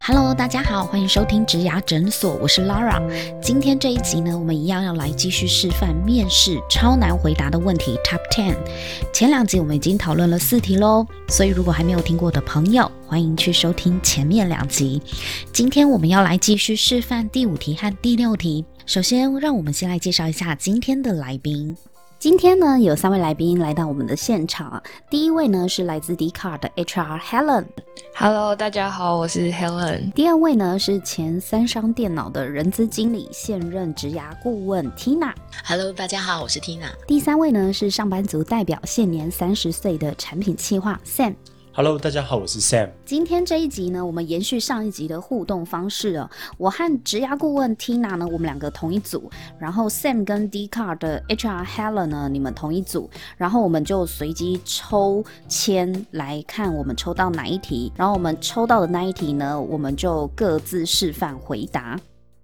Hello， 大家好，欢迎收听职涯诊所，我是 Lara。今天这一集呢，我们一样要来继续示范面试超难回答的问题 Top 10。前2集我们已经讨论了4题咯，所以如果还没有听过的朋友，欢迎去收听前面2集。今天我们要来继续示范第5题和第6题。首先，让我们先来介绍一下今天的来宾。今天呢，有3位来宾来到我们的现场。第一位呢是来自 Dcard 的 HR Helen。Hello， 大家好，我是 Helen。 第2位呢是前3商电脑的人资经理，现任职涯顾问 Tina。Hello， 大家好，我是 Tina。 第3位呢是上班族代表，现年30岁的产品企划 Sam。Hello， 大家好，我是 Sam。 今天这一集呢，我们延续上一集的互动方式哦。我和职涯顾问 Tina 呢，我们2个同一组，然后 Sam 跟 Dcard 的 HR Helen 呢，你们同一组，然后我们就随机抽签来看我们抽到哪一题，然后我们抽到的那一题呢，我们就各自示范回答。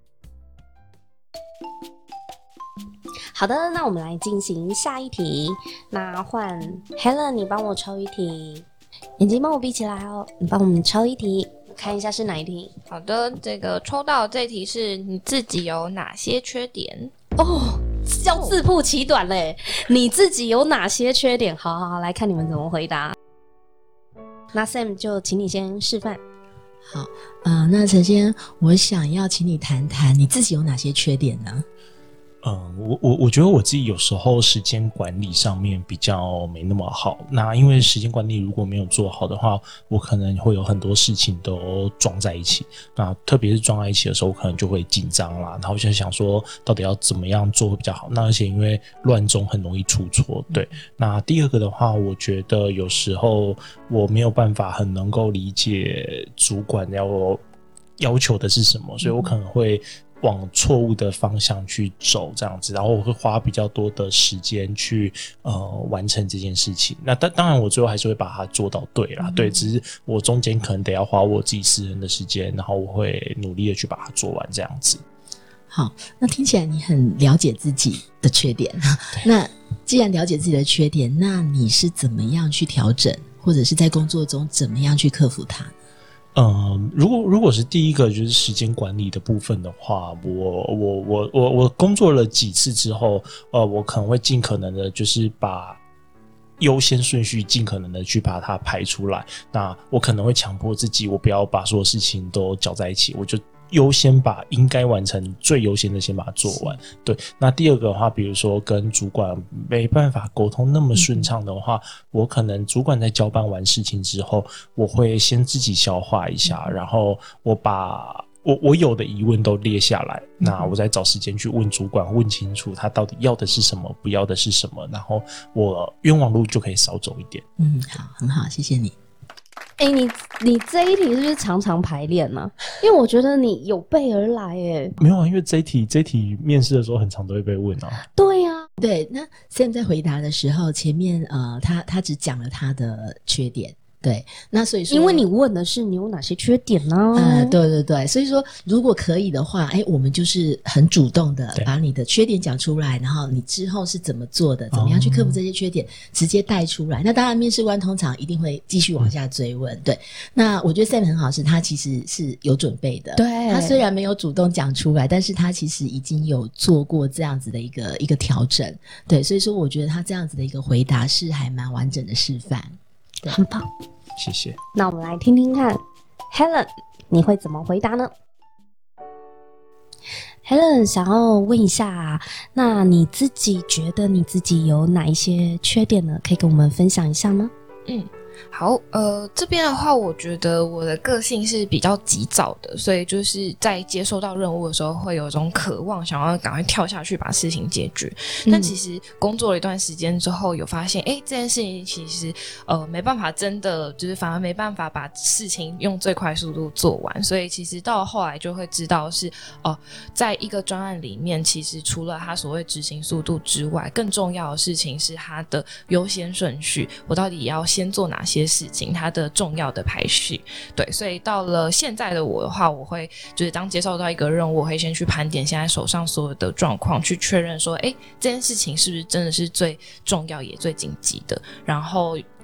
好的，那我们来进行下一题。那换 Helen， 你帮我抽一题。眼睛帮我闭起来哦，你帮我们抽一题，看一下是哪一题。 好的，这个抽到这题是你自己有哪些缺点哦，要自曝其短嘞。你自己有哪些缺点？好，来看你们怎么回答。那 Sam 就请你先示范。 好，那首先我想要请你谈谈你自己有哪些缺点呢？ 我觉得我自己有时候时间管理上面比较没那么好。那因为时间管理如果没有做好的话，我可能会有很多事情都撞在一起。那特别是撞在一起的时候，我可能就会紧张啦，然后就想说到底要怎么样做会比较好。那而且因为乱中很容易出错，对。那第2个的话，我觉得有时候我没有办法很能够理解主管要求的是什么，所以我可能会往错误的方向去走这样子，然后我会花比较多的时间去完成这件事情。那当然我最后还是会把它做到对啦，对，只是我中间可能得要花我自己私人的时间，然后我会努力的去把它做完这样子。 好，那听起来你很了解自己的缺点。那既然了解自己的缺点，那你是怎么样去调整，或者是在工作中怎么样去克服它？ 如果是第1个就是时间管理的部分的话，我工作了几次之后，我可能会尽可能的就是把优先顺序尽可能的去把它排出来。那我可能会强迫自己，我不要把所有事情都搅在一起，我就优先把应该完成最优先的先把它做完。对，那第2个的话，比如说跟主管没办法沟通那么顺畅的话，我可能主管在交办完事情之后，我会先自己消化一下，然后我把我有的疑问都列下来，那我再找时间去问主管，问清楚他到底要的是什么，不要的是什么，然后我冤枉路就可以少走一点。 好，很好，谢谢你。 你这一题是不是常常排练呢？因为我觉得你有备而来耶。 没有啊，因为这一题面试的时候很常都会被问啊。 对啊， 对。那 Sam 在回答的时候，前面他只讲了他的缺点。对，那所以说， 因为你问的是你有哪些缺点呢？ 对，所以说如果可以的话，我们就是很主动的把你的缺点讲出来，然后你之后是怎么做的，怎么样去克服这些缺点，直接带出来。那当然，面试官通常一定会继续往下追问。对，那我觉得 Sam 很好，是他其实是有准备的。 对， 他虽然没有主动讲出来，但是他其实已经有做过这样子的一个调整。对，所以说我觉得他这样子的一个回答是还蛮完整的示范。对， 很棒， 谢谢。 那我们来听听看 Helen 你会怎么回答呢？ Helen 想要问一下，那你自己觉得你自己有哪一些缺点呢？可以跟我们分享一下吗？ 好，这边的话，我觉得我的个性是比较急躁的，所以就是在接收到任务的时候，会有一种渴望，想要赶快跳下去把事情解决。但其实工作了一段时间之后，有发现，这件事情其实没办法真的就是反而没办法把事情用最快速度做完，所以其实到后来就会知道是在一个专案里面，其实除了它所谓执行速度之外，更重要的事情是它的优先顺序，我到底要先做哪些事情，它的重要的排序。对，所以到了现在的我的话，我会就是当接受到一个任务，我会先去盘点现在手上所有的状况，去确认说这件事情是不是真的是最重要也最紧急的，然后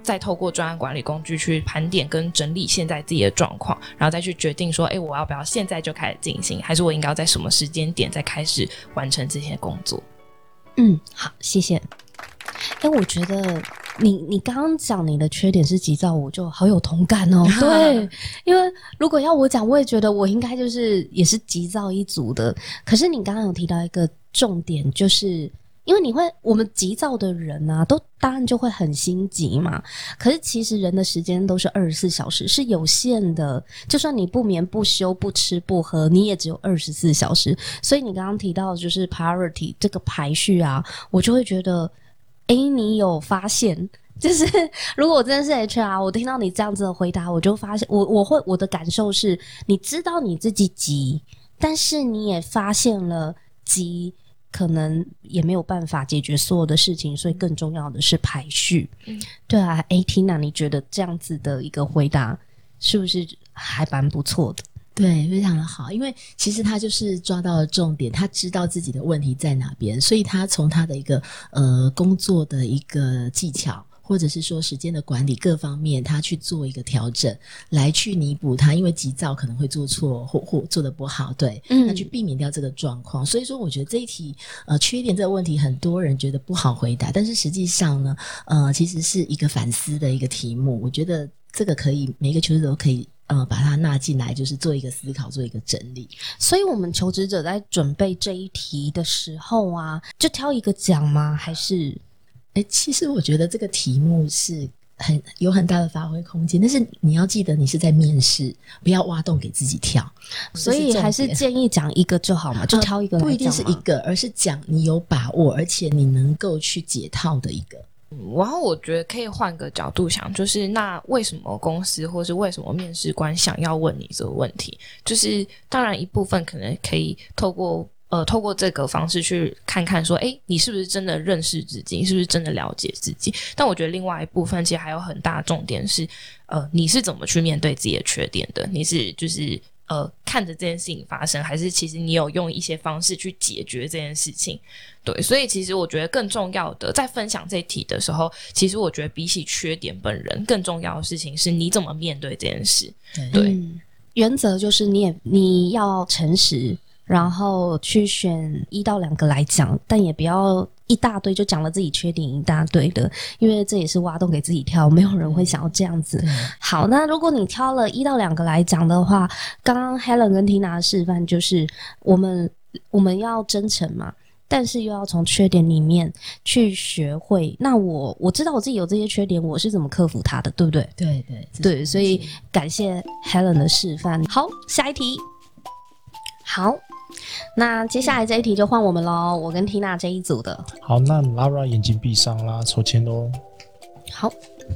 再透过专案管理工具去盘点跟整理现在自己的状况，然后再去决定说我要不要现在就开始进行，还是我应该要在什么时间点再开始完成这些工作。 好，谢谢。我觉得你刚刚讲你的缺点是急躁，我就好有同感哦。对，因为如果要我讲，我也觉得我应该也是急躁一族的。可是你刚刚有提到一个重点，就是因为我们急躁的人啊，都当然就会很心急嘛。可是其实人的时间都是24小时，是有限的。就算你不眠不休不吃不喝，你也只有24小时。所以你刚刚提到就是 priority 这个排序啊，我就会觉得你有发现，就是如果我真的是 HR， 我听到你这样子的回答，我就发现我的感受是，你知道你自己急，但是你也发现了急可能也没有办法解决所有的事情，所以更重要的是排序。对啊，Tina， 你觉得这样子的一个回答是不是还蛮不错的？ 对，非常的好，因为其实他就是抓到了重点，他知道自己的问题在哪边，所以他从他的一个工作的一个技巧，或者是说时间的管理各方面，他去做一个调整，来去弥补他因为急躁可能会做错或做得不好，对，那去避免掉这个状况。所以说我觉得这一题缺点这个问题很多人觉得不好回答，但是实际上呢其实是一个反思的一个题目，我觉得这个可以每一个求职者都可以把它纳进来，就是做一个思考，做一个整理。 所以我们求职者在准备这一题的时候啊，就挑一个讲吗？还是其实我觉得这个题目是有很大的发挥空间，但是你要记得你是在面试，不要挖洞给自己跳。 所以还是建议讲一个就好嘛，就挑一个来讲嘛。 不一定是一个，而是讲你有把握，而且你能够去解套的一个。 然后我觉得可以换个角度想，就是那为什么公司或是为什么面试官想要问你这个问题？就是当然一部分可能可以透过这个方式去看看说你是不是真的认识自己，你是不是真的了解自己。但我觉得另外一部分其实还有很大的重点是你是怎么去面对自己的缺点的，你是就是看着这件事情发生，还是其实你有用一些方式去解决这件事情。对，所以其实我觉得更重要的，在分享这一题的时候，其实我觉得比起缺点本人更重要的事情是你怎么面对这件事。对， 原则就是你要诚实，然后去选1到2个来讲，但也不要一大堆就讲了自己缺点一大堆的，因为这也是挖洞给自己跳，没有人会想要这样子。好，那如果你挑了1到2个来讲的话，刚刚 Helen 跟 Tina 的示范就是我们要真诚嘛，但是又要从缺点里面去学会。那我知道我自己有这些缺点，我是怎么克服它的，对不对？对，所以感谢 Helen 的示范。好，下一题。好，那接下来这一题就换我们咯，我跟 Tina 这一组的。 好，那 Lara 眼睛闭上啦，抽签咯。 好，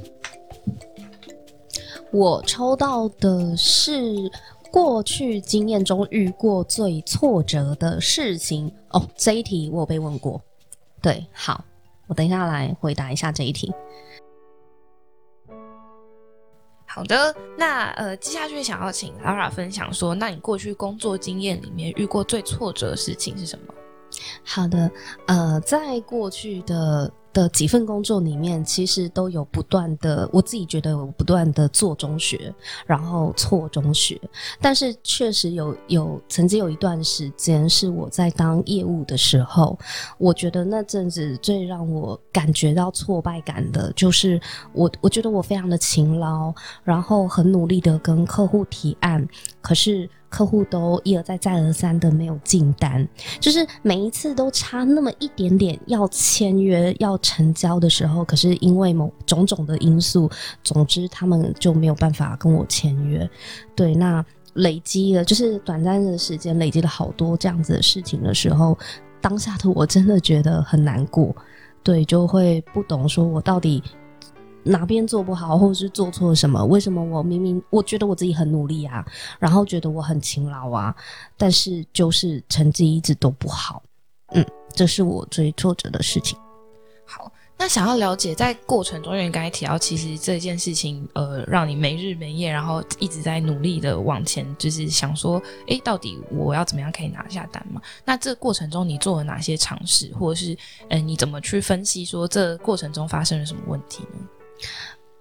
我抽到的是过去经验中遇过最挫折的事情。这一题我有被问过。对，好，我等一下来回答一下这一题。 好的，那接下去想要请 Lara 分享说，那你过去工作经验里面遇过最挫折的事情是什么？ 好的，在过去的几份工作里面，其实都有不断的，我自己觉得有不断的做中学，然后错中学。但是确实曾经有一段时间是我在当业务的时候，我觉得那阵子最让我感觉到挫败感的就是我觉得我非常的勤劳，然后很努力的跟客户提案，可是客户都一而再再而三的没有进单，就是每一次都差那么一点点要签约要成交的时候，可是因为种种的因素，总之他们就没有办法跟我签约。对，那累积了就是短暂的时间累积了好多这样子的事情的时候，当下的我真的觉得很难过。对，就会不懂说我到底哪边做不好，或者是做错什么？为什么我明明我觉得我自己很努力啊，然后觉得我很勤劳啊，但是就是成绩一直都不好。这是我最挫折的事情。 好，那想要了解在过程中，因为你刚才提到，其实这件事情让你没日没夜，然后一直在努力的往前，就是想说，到底我要怎么样可以拿下单嘛？那这个过程中你做了哪些尝试，或者是你怎么去分析说这过程中发生了什么问题呢？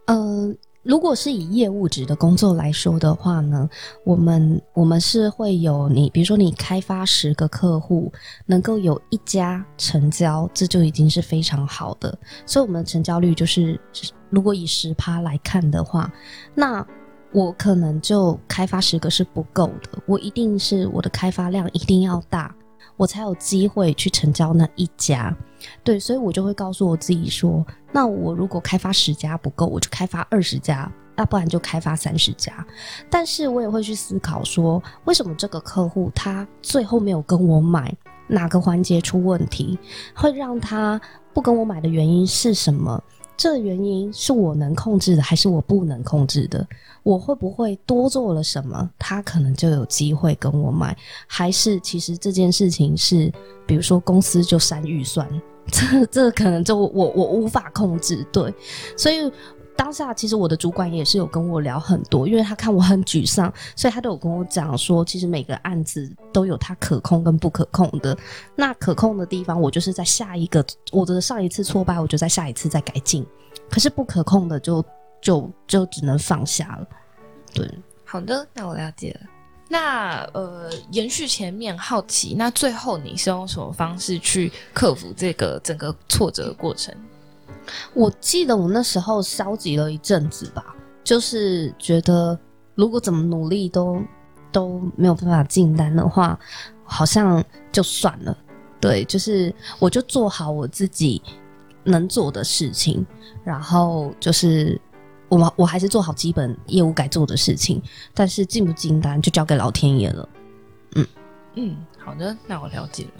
如果是以业务职的工作来说的话呢，我们是会有比如说你开发10个客户，能够有1家成交，这就已经是非常好的。所以我们的成交率就是如果以 10% 来看的话，那我可能就开发10个是不够的，我一定是我的开发量一定要大，我才有机会去成交那1家。对，所以我就会告诉我自己说，那我如果开发10家不够，我就开发20家，要不然就开发30家。但是我也会去思考说，为什么这个客户他最后没有跟我买，哪个环节出问题，会让他不跟我买的原因是什么？这个原因是我能控制的还是我不能控制的？我会不会多做了什么，他可能就有机会跟我买？还是其实这件事情是比如说公司就删预算，这可能就我无法控制。对，所以当下其实我的主管也是有跟我聊很多，因为他看我很沮丧，所以他都有跟我讲说，其实每个案子都有它可控跟不可控的。那可控的地方，我就是在下一个我的上一次挫败，我就在下一次再改进。可是不可控的就只能放下了。对， 好的，那我了解了。那延续前面好奇，那最后你是用什么方式去克服这个整个挫折的过程？ 我记得我那时候消极了一阵子吧，就是觉得如果怎么努力都没有办法进单的话，好像就算了。对，就是我就做好我自己能做的事情，然后就是我还是做好基本业务该做的事情，但是进不进单就交给老天爷了。 好的，那我了解了。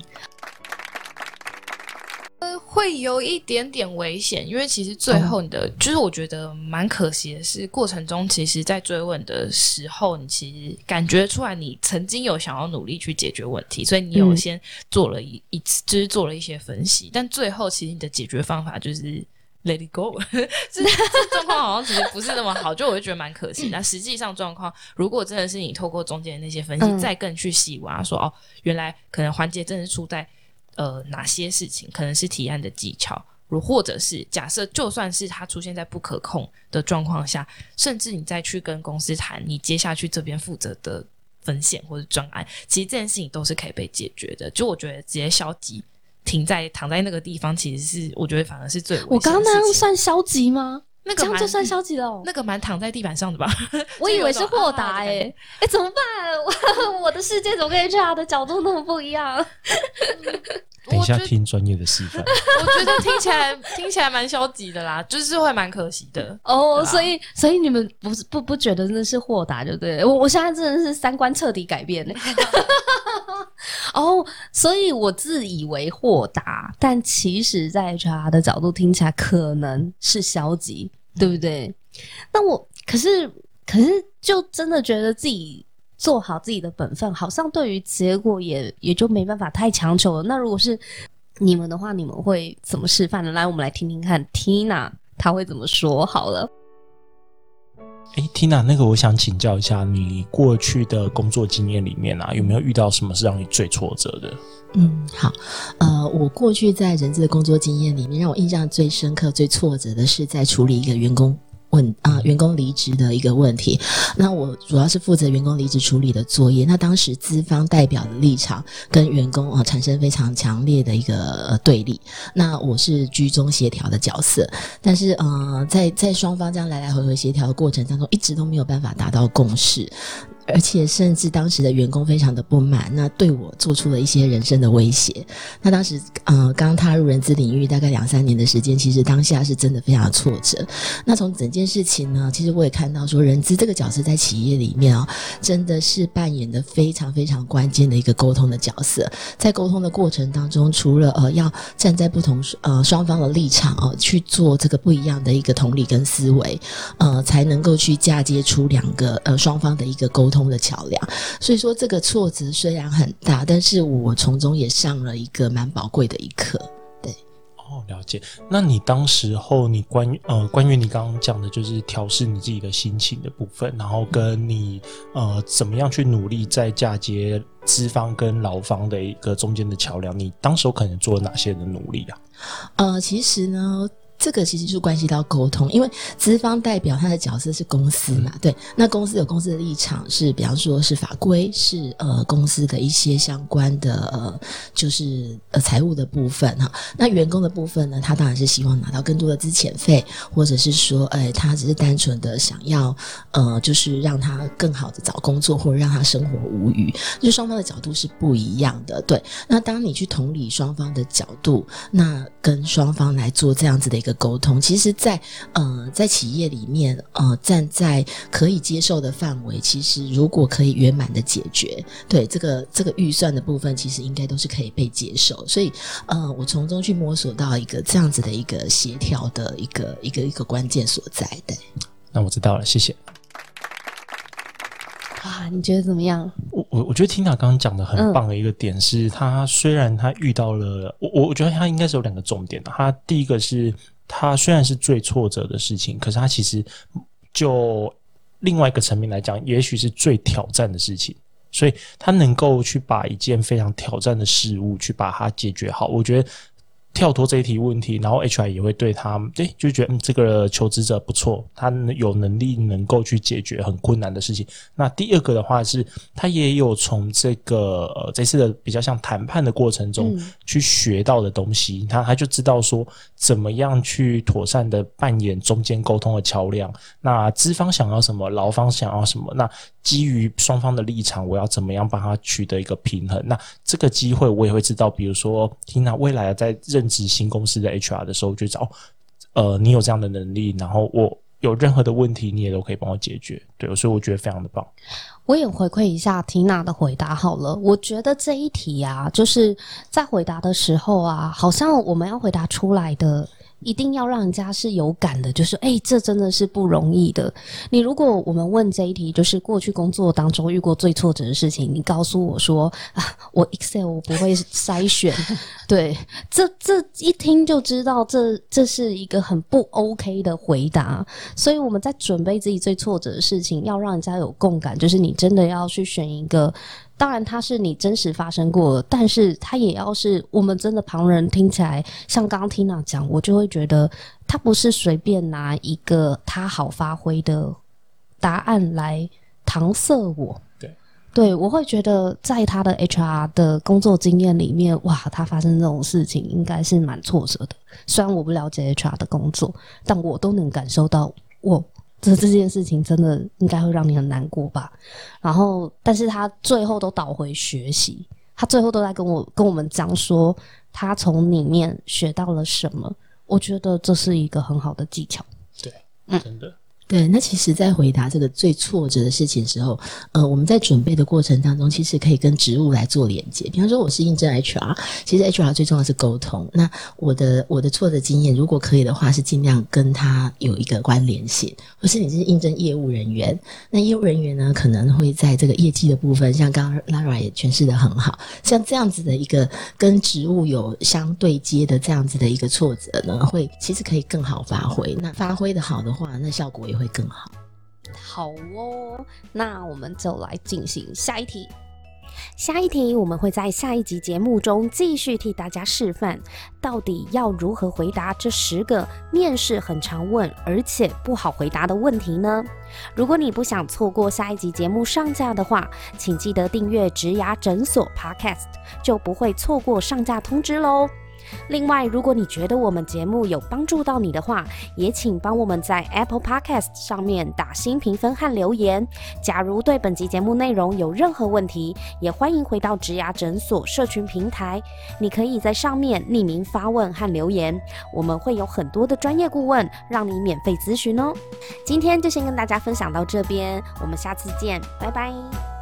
会有一点点危险，因为其实最后你的就是我觉得蛮可惜的是，过程中其实在追问的时候，你其实感觉出来你曾经有想要努力去解决问题，所以你有先做了一次，就是做了一些分析，但最后其实你的解决方法就是 let it go 这状况好像其实不是那么好，就我就觉得蛮可惜。那实际上状况如果真的是你透过中间的那些分析再更去细挖说哦，原来可能环节真的是出在哪些事情，可能是提案的技巧，或者是假设就算是它出现在不可控的状况下，甚至你再去跟公司谈你接下去这边负责的分线或者专案，其实这件事情都是可以被解决的。就我觉得直接消极躺在那个地方，其实是我觉得反而是最危险的事情。 我刚刚那样算消极吗？ 那个这样就算消极了哦。 那个蛮躺在地板上的吧？ 我以为是豁达怎么办？我的世界怎么跟 HR 的角度那么不一样？ 等一下听专业的示范。 我觉得听起来蛮消极的啦，就是会蛮可惜的哦。所以你们不觉得那是豁达就对了？我现在真的是三观彻底改变了。所以我自以为豁达，但其实在 HR 的角度听起来可能是消极，对不对？那可是就真的觉得自己做好自己的本分，好像对于结果也就没办法太强求了。那如果是你们的话，你们会怎么示范呢？来，我们来听听看 Tina 她会怎么说好了。 Tina， 那个我想请教一下，你过去的工作经验里面有没有遇到什么是让你最挫折的？ 好，我过去在人资的工作经验里面，让我印象最深刻、最挫折的是在处理一个员工离职的一个问题。那我主要是负责员工离职处理的作业。那当时资方代表的立场跟员工产生非常强烈的一个对立。那我是居中协调的角色，但是在双方这样来来回回协调的过程当中，一直都没有办法达到共识。而且甚至当时的员工非常的不满，那对我做出了一些人身的威胁。那当时刚踏入人资领域大概2-3年的时间，其实当下是真的非常的挫折。那从整件事情呢，其实我也看到说，人资这个角色在企业里面真的是扮演的非常非常关键的一个沟通的角色。在沟通的过程当中，除了要站在不同双方的立场去做这个不一样的一个同理跟思维，才能够去嫁接出两个双方的一个沟通的桥梁。所以说这个挫折虽然很大，但是我从中也上了一个蛮宝贵的一课。对， 了解。那你当时候你关于你刚刚讲的就是调试你自己的心情的部分，然后跟你怎么样去努力在嫁接资方跟劳方的一个中间的桥梁，你当时候可能做了哪些的努力啊？ 其实呢这个其实就关系到沟通，因为资方代表他的角色是公司嘛，对，那公司有公司的立场是，比方说是法规，是公司的一些相关的就是财务的部分哈。那员工的部分呢，他当然是希望拿到更多的资遣费，或者是说他只是单纯的想要就是让他更好的找工作，或者让他生活无虞，就双方的角度是不一样的。对，那当你去同理双方的角度，那跟双方来做这样子的一个沟通，其实在企业里面站在可以接受的范围，其实如果可以圆满的解决，对这个预算的部分，其实应该都是可以被接受。所以我从中去摸索到一个这样子的一个协调的一个关键所在。对， 那我知道了，谢谢。 你觉得怎么样？ 我觉得 Tina 刚刚讲的很棒的一个点是，他虽然他遇到了，我觉得他应该是有2个重点的。他第一个是，他虽然是最挫折的事情，可是他其实就另外一个层面来讲，也许是最挑战的事情，所以他能够去把一件非常挑战的事物去把它解决好。我觉得跳脱这一题问题，然后 HR 也会对他就觉得这个求职者不错，他有能力能够去解决很困难的事情。那第二个的话是，他也有从这个这次的比较像谈判的过程中去学到的东西，他就知道说怎么样去妥善的扮演中间沟通的桥梁。那资方想要什么，劳方想要什么，那基于双方的立场，我要怎么样帮他取得一个平衡。那这个机会我也会知道，比如说 Tina 未来在任职新公司的 HR 的时候，就找你有这样的能力，然后我有任何的问题你也都可以帮我解决。对，所以我觉得非常的棒。 我也回馈一下 Tina 的回答好了。我觉得这一题啊，就是在回答的时候啊，好像我们要回答出来的一定要让人家是有感的，就是这真的是不容易的。你如果我们问这一题，就是过去工作当中遇过最挫折的事情，你告诉我说我 Excel 我不会筛选对，这一听就知道这是一个很不 OK 的回答。所以我们在准备自己最挫折的事情，要让人家有共感，就是你真的要去选一个，当然它是你真实发生过的，但是它也要是我们真的旁人听起来，像刚刚 Tina 讲，我就会觉得他不是随便拿一个他好发挥的答案来搪塞我。对，我会觉得在他的 HR 的工作经验里面，哇，他发生这种事情应该是蛮挫折的。虽然我不了解 HR 的工作，但我都能感受到，这件事情真的应该会让你很难过吧。然后但是他最后都倒回学习，他最后都在跟我们讲说他从里面学到了什么。我觉得这是一个很好的技巧。 对，真的。 对，那其实在回答这个最挫折的事情的时候，我们在准备的过程当中，其实可以跟职务来做连接。比方说我是应征 HR， 其实 HR 最重要的是沟通。那我的挫折经验，如果可以的话，是尽量跟他有一个关联性。或是你是应征业务人员，那业务人员呢，可能会在这个业绩的部分，像刚刚 Lara 也诠释得很好，像这样子的一个跟职务有相对接的这样子的一个挫折呢，会其实可以更好发挥。那发挥的好的话，那效果也会更好。 好哦，那我们就来进行下一题。下一题我们会在下一集节目中继续替大家示范，到底要如何回答这10个面试很常问而且不好回答的问题呢？如果你不想错过下一集节目上架的话，请记得订阅职涯诊所 Podcast， 就不会错过上架通知咯。另外，如果你觉得我们节目有帮助到你的话，也请帮我们在 Apple Podcast 上面打星评分和留言。假如对本集节目内容有任何问题，也欢迎回到职涯诊所社群平台，你可以在上面匿名发问和留言，我们会有很多的专业顾问让你免费咨询哦。今天就先跟大家分享到这边，我们下次见，拜拜。